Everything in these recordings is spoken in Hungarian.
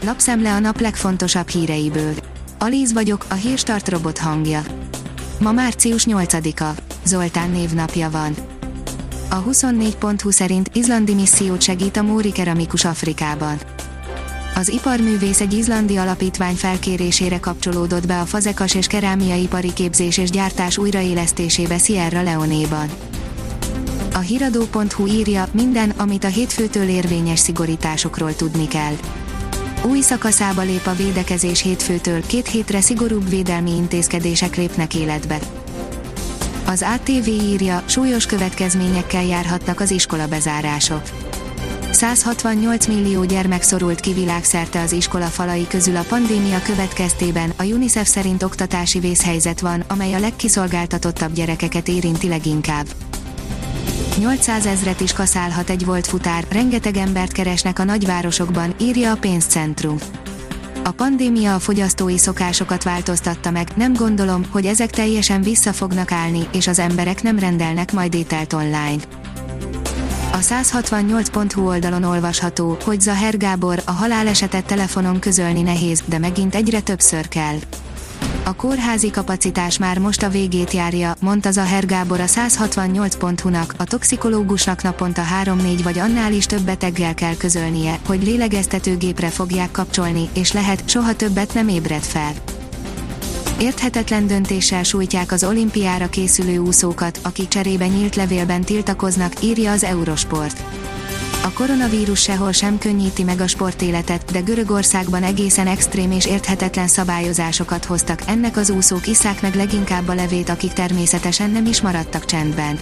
Lapszemle a nap legfontosabb híreiből. Alíz vagyok, a Hírstart robot hangja. Ma március 8-a, Zoltán névnapja van. A 24.20 szerint izlandi missziót segít a Móri keramikus Afrikában. Az iparművész egy izlandi alapítvány felkérésére kapcsolódott be a fazekas és kerámiaipari képzés és gyártás újraélesztésébe Sierra Leone-ban. A hiradó.hu írja, minden, amit a hétfőtől érvényes szigorításokról tudni kell. Új szakaszába lép a védekezés hétfőtől, 2 hétre szigorúbb védelmi intézkedések lépnek életbe. Az ATV írja, súlyos következményekkel járhatnak az iskolabezárások. 168 millió gyermek szorult ki világszerte az iskola falai közül a pandémia következtében, a UNICEF szerint oktatási vészhelyzet van, amely a legkiszolgáltatottabb gyerekeket érinti leginkább. 800 000 is kaszálhat egy volt futár, rengeteg embert keresnek a nagyvárosokban, írja a Pénzcentrum. A pandémia a fogyasztói szokásokat változtatta meg, nem gondolom, hogy ezek teljesen vissza fognak állni, és az emberek nem rendelnek majd ételt online. A 168.hu oldalon olvasható, hogy Zaher Gábor, a halálesetet telefonon közölni nehéz, de megint egyre többször kell. A kórházi kapacitás már most a végét járja, mondta Zaher Gábor a 168.hu-nak, a toxikológusnak naponta 3-4 vagy annál is több beteggel kell közölnie, hogy lélegeztetőgépre fogják kapcsolni, és lehet, soha többet nem ébred fel. Érthetetlen döntéssel sújtják az olimpiára készülő úszókat, akik cserébe nyílt levélben tiltakoznak, írja az Eurosport. A koronavírus sehol sem könnyíti meg a sportéletet, de Görögországban egészen extrém és érthetetlen szabályozásokat hoztak, ennek az úszók isszák meg leginkább a levét, akik természetesen nem is maradtak csendben.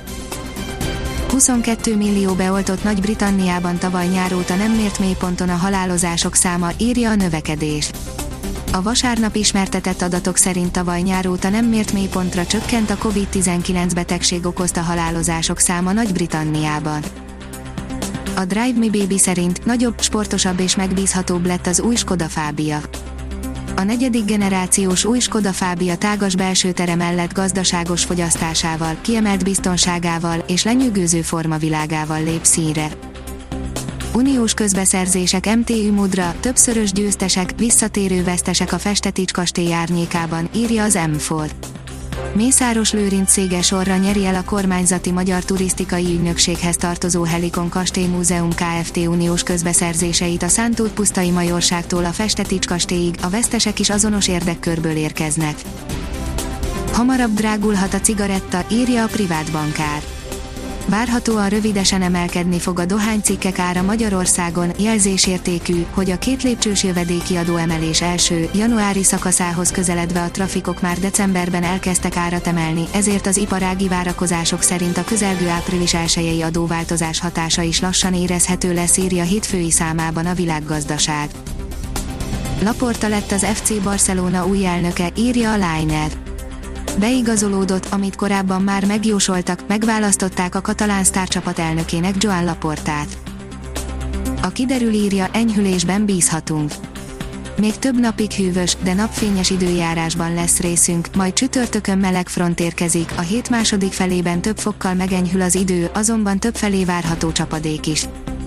22 millió beoltott Nagy-Britanniában tavaly nyáróta nem mért mélyponton a halálozások száma, írja a Növekedés. A vasárnap ismertetett adatok szerint tavaly nyáróta nem mért mélypontra csökkent a COVID-19 betegség okozta halálozások száma Nagy-Britanniában. A Drive Me Baby szerint nagyobb, sportosabb és megbízhatóbb lett az új Skoda Fabia. A 4. generációs új Skoda Fabia tágas belsőtere mellett gazdaságos fogyasztásával, kiemelt biztonságával és lenyűgöző formavilágával lép színre. Uniós közbeszerzések MTÜ Mudra, többszörös győztesek, visszatérő vesztesek a Festetics kastély árnyékában, írja az M4. Mészáros Lőrinc cége sorra nyeri el a kormányzati Magyar Turisztikai Ügynökséghez tartozó Helikon Kastély Múzeum Kft. Uniós közbeszerzéseit a Szántótpusztai Majorságtól a Festetics kastélyig, a vesztesek is azonos érdekkörből érkeznek. Hamarabb drágulhat a cigaretta, írja a Privát Bankár. Várhatóan rövidesen emelkedni fog a dohánycikkek ára Magyarországon, jelzésértékű, hogy a 2 lépcsős jövedéki adóemelés első, januári szakaszához közeledve a trafikok már decemberben elkezdtek árat emelni, ezért az iparági várakozások szerint a közelgő április 1-i adóváltozás hatása is lassan érezhető lesz, írja hétfői számában a Világgazdaság. Laporta lett az FC Barcelona új elnöke, írja a Liner. Beigazolódott, amit korábban már megjósoltak, megválasztották a katalán sztárcsapat elnökének Joan Laportát. A kiderül írja, enyhülésben bízhatunk. Még több napig hűvös, de napfényes időjárásban lesz részünk, majd csütörtökön meleg front érkezik, a hét második felében több fokkal megenyhül az idő, azonban többfelé várható csapadék is.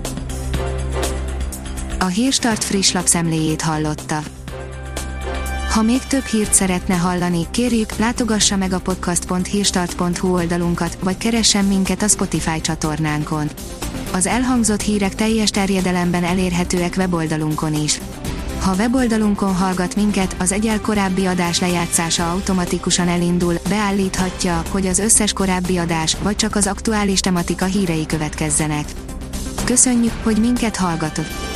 A Hírstart friss lapszemléjét hallotta. Ha még több hírt szeretne hallani, kérjük, látogassa meg a podcast.hírstart.hu oldalunkat, vagy keressen minket a Spotify csatornánkon. Az elhangzott hírek teljes terjedelemben elérhetőek weboldalunkon is. Ha weboldalunkon hallgat minket, az egyel korábbi adás lejátszása automatikusan elindul, beállíthatja, hogy az összes korábbi adás, vagy csak az aktuális tematika hírei következzenek. Köszönjük, hogy minket hallgatott!